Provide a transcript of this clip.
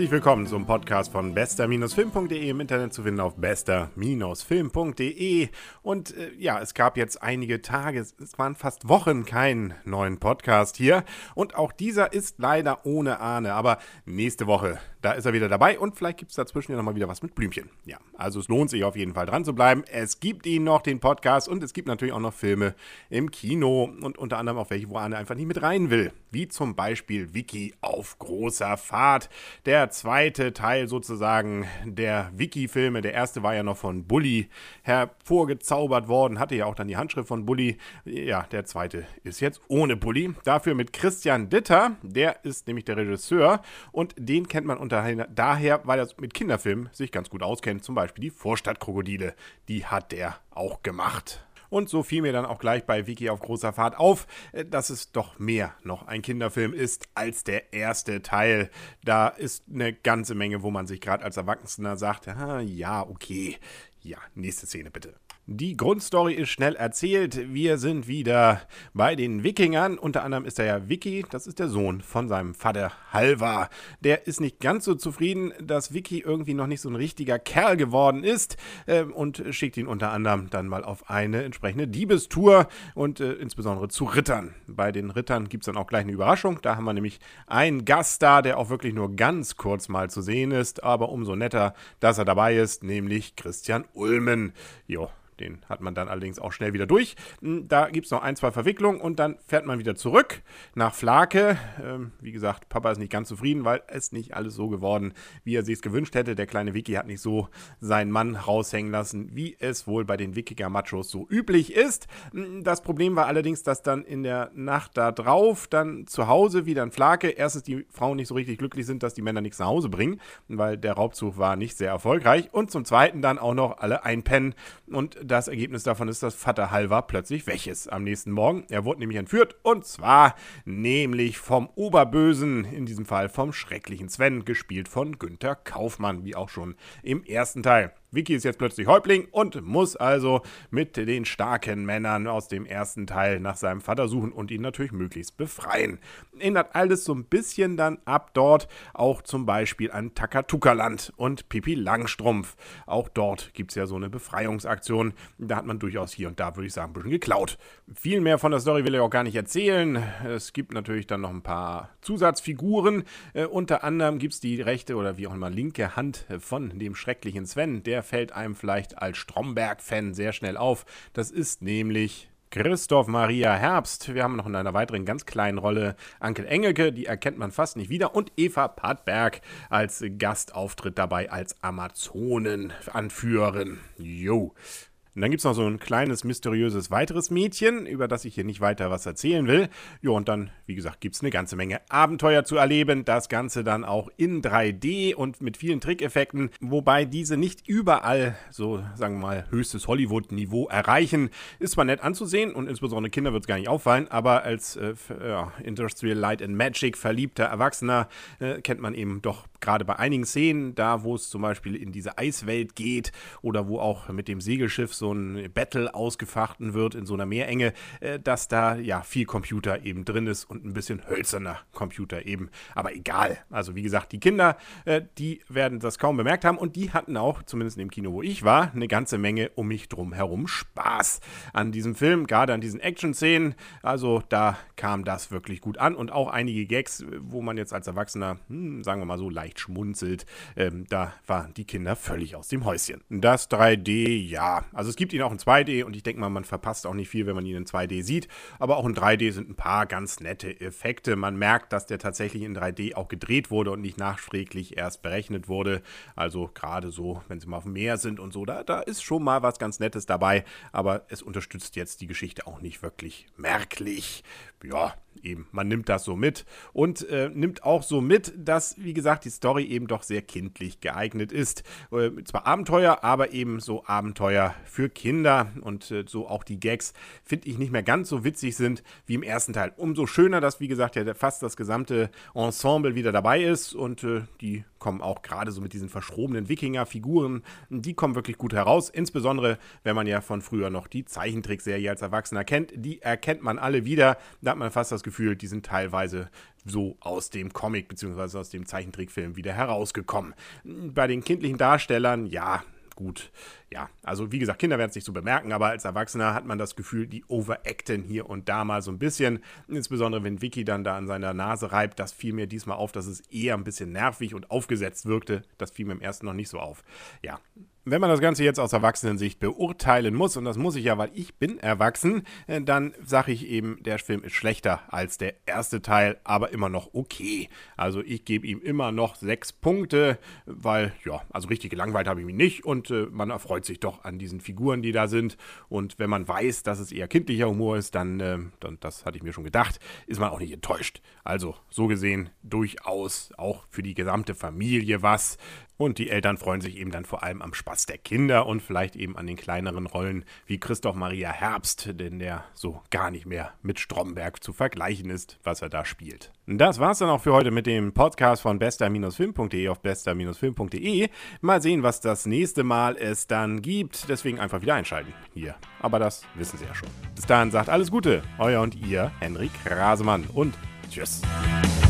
Herzlich willkommen zum Podcast von bester-film.de, im Internet zu finden auf bester-film.de. Und es gab jetzt einige Tage, es waren fast Wochen keinen neuen Podcast hier. Und auch dieser ist leider ohne Ahne, aber nächste Woche, da ist er wieder dabei und vielleicht gibt es dazwischen ja nochmal wieder was mit Blümchen. Ja, also es lohnt sich auf jeden Fall dran zu bleiben. Es gibt ihn noch, den Podcast, und es gibt natürlich auch noch Filme im Kino und unter anderem auch welche, wo Ahne einfach nicht mit rein will. Wie zum Beispiel Vicky auf großer Fahrt. Der zweite Teil sozusagen der Vicky-Filme. Der erste war ja noch von Bully hervorgezaubert worden, hatte ja auch dann die Handschrift von Bully. Ja, der zweite ist jetzt ohne Bully. Dafür mit Christian Ditter, der ist nämlich der Regisseur und den kennt man daher, weil er mit Kinderfilmen sich ganz gut auskennt. Zum Beispiel die Vorstadtkrokodile, die hat der auch gemacht. Und so fiel mir dann auch gleich bei Vicky auf großer Fahrt auf, dass es doch mehr noch ein Kinderfilm ist als der erste Teil. Da ist eine ganze Menge, wo man sich gerade als Erwachsener sagt, ja, okay, ja, nächste Szene bitte. Die Grundstory ist schnell erzählt. Wir sind wieder bei den Wikingern. Unter anderem ist er ja Vicky, das ist der Sohn von seinem Vater Halvar. Der ist nicht ganz so zufrieden, dass Vicky irgendwie noch nicht so ein richtiger Kerl geworden ist und schickt ihn unter anderem dann mal auf eine entsprechende Diebestour und insbesondere zu Rittern. Bei den Rittern gibt es dann auch gleich eine Überraschung. Da haben wir nämlich einen Gast da, der auch wirklich nur ganz kurz mal zu sehen ist, aber umso netter, dass er dabei ist, nämlich Christian Ulmen. Jo. Den hat man dann allerdings auch schnell wieder durch. Da gibt es noch ein, zwei Verwicklungen und dann fährt man wieder zurück nach Flake. Wie gesagt, Papa ist nicht ganz zufrieden, weil es nicht alles so geworden, wie er sich es gewünscht hätte. Der kleine Vicky hat nicht so seinen Mann raushängen lassen, wie es wohl bei den Wikinger-Machos so üblich ist. Das Problem war allerdings, dass dann in der Nacht da drauf, dann zu Hause wieder in Flake, erstens die Frauen nicht so richtig glücklich sind, dass die Männer nichts nach Hause bringen, weil der Raubzug war nicht sehr erfolgreich. Und zum Zweiten dann auch noch alle einpennen und das Ergebnis davon ist, dass Vater Halvar plötzlich weg ist am nächsten Morgen. Er wurde nämlich entführt und zwar nämlich vom Oberbösen, in diesem Fall vom schrecklichen Sven, gespielt von Günther Kaufmann, wie auch schon im ersten Teil. Vicky ist jetzt plötzlich Häuptling und muss also mit den starken Männern aus dem ersten Teil nach seinem Vater suchen und ihn natürlich möglichst befreien. Erinnert alles so ein bisschen dann ab dort auch zum Beispiel an Takatuka-Land und Pippi Langstrumpf. Auch dort gibt es ja so eine Befreiungsaktion. Da hat man durchaus hier und da, würde ich sagen, ein bisschen geklaut. Viel mehr von der Story will ich auch gar nicht erzählen. Es gibt natürlich dann noch ein paar Zusatzfiguren. Unter anderem gibt es die rechte oder wie auch immer linke Hand von dem schrecklichen Sven, der fällt einem vielleicht als Stromberg-Fan sehr schnell auf. Das ist nämlich Christoph Maria Herbst. Wir haben noch in einer weiteren ganz kleinen Rolle Ankel Engelke, die erkennt man fast nicht wieder, und Eva Pattberg als Gastauftritt dabei als Amazonenanführerin. Jo. Und dann gibt es noch so ein kleines, mysteriöses weiteres Mädchen, über das ich hier nicht weiter was erzählen will. Jo, und dann, wie gesagt, gibt es eine ganze Menge Abenteuer zu erleben. Das Ganze dann auch in 3D und mit vielen Trickeffekten, wobei diese nicht überall so, sagen wir mal, höchstes Hollywood-Niveau erreichen. Ist zwar nett anzusehen und insbesondere Kinder wird es gar nicht auffallen, aber als Industrial Light and Magic verliebter Erwachsener kennt man eben doch gerade bei einigen Szenen, da wo es zum Beispiel in diese Eiswelt geht oder wo auch mit dem Segelschiff so ein Battle ausgefochten wird in so einer Meerenge, dass da ja viel Computer eben drin ist und ein bisschen hölzerner Computer eben. Aber egal. Also wie gesagt, die Kinder, die werden das kaum bemerkt haben und die hatten auch, zumindest in dem Kino, wo ich war, eine ganze Menge um mich drum herum Spaß an diesem Film, gerade an diesen Action-Szenen. Also da kam das wirklich gut an und auch einige Gags, wo man jetzt als Erwachsener, sagen wir mal so, leicht schmunzelt. Da waren die Kinder völlig aus dem Häuschen. Das 3D, ja. Also es gibt ihn auch in 2D und ich denke mal, man verpasst auch nicht viel, wenn man ihn in 2D sieht. Aber auch in 3D sind ein paar ganz nette Effekte. Man merkt, dass der tatsächlich in 3D auch gedreht wurde und nicht nachträglich erst berechnet wurde. Also gerade so, wenn sie mal auf dem Meer sind und so, da ist schon mal was ganz Nettes dabei. Aber es unterstützt jetzt die Geschichte auch nicht wirklich merklich. Ja, eben, man nimmt das so mit und nimmt auch so mit, dass, wie gesagt, die Story eben doch sehr kindlich geeignet ist. Zwar Abenteuer, aber eben so Abenteuer für Kinder und so auch die Gags, finde ich, nicht mehr ganz so witzig sind wie im ersten Teil. Umso schöner, dass, wie gesagt, ja fast das gesamte Ensemble wieder dabei ist und die kommen auch gerade so mit diesen verschrobenen Wikinger-Figuren, die kommen wirklich gut heraus. Insbesondere, wenn man ja von früher noch die Zeichentrickserie als Erwachsener kennt. Die erkennt man alle wieder. Da hat man fast das Gefühl, die sind teilweise so aus dem Comic bzw. aus dem Zeichentrickfilm wieder herausgekommen. Bei den kindlichen Darstellern, ja, gut, ja, also wie gesagt, Kinder werden es nicht so bemerken, aber als Erwachsener hat man das Gefühl, die overacten hier und da mal so ein bisschen. Insbesondere, wenn Vicky dann da an seiner Nase reibt, das fiel mir diesmal auf, dass es eher ein bisschen nervig und aufgesetzt wirkte. Das fiel mir im ersten noch nicht so auf. Ja, wenn man das Ganze jetzt aus Erwachsenensicht beurteilen muss, und das muss ich ja, weil ich bin erwachsen, dann sage ich eben, der Film ist schlechter als der erste Teil, aber immer noch okay. Also ich gebe ihm immer noch 6 Punkte, weil, ja, also richtig gelangweilt habe ich mich nicht und man erfreut sich doch an diesen Figuren, die da sind. Und wenn man weiß, dass es eher kindlicher Humor ist, dann das hatte ich mir schon gedacht, ist man auch nicht enttäuscht. Also so gesehen durchaus auch für die gesamte Familie was. Und die Eltern freuen sich eben dann vor allem am Spaß der Kinder und vielleicht eben an den kleineren Rollen wie Christoph Maria Herbst, denn der so gar nicht mehr mit Stromberg zu vergleichen ist, was er da spielt. Das war's dann auch für heute mit dem Podcast von bester-film.de auf bester-film.de. Mal sehen, was das nächste Mal es dann gibt. Deswegen einfach wieder einschalten hier. Aber das wissen Sie ja schon. Bis dahin sagt alles Gute, euer und ihr Henrik Rasemann und tschüss.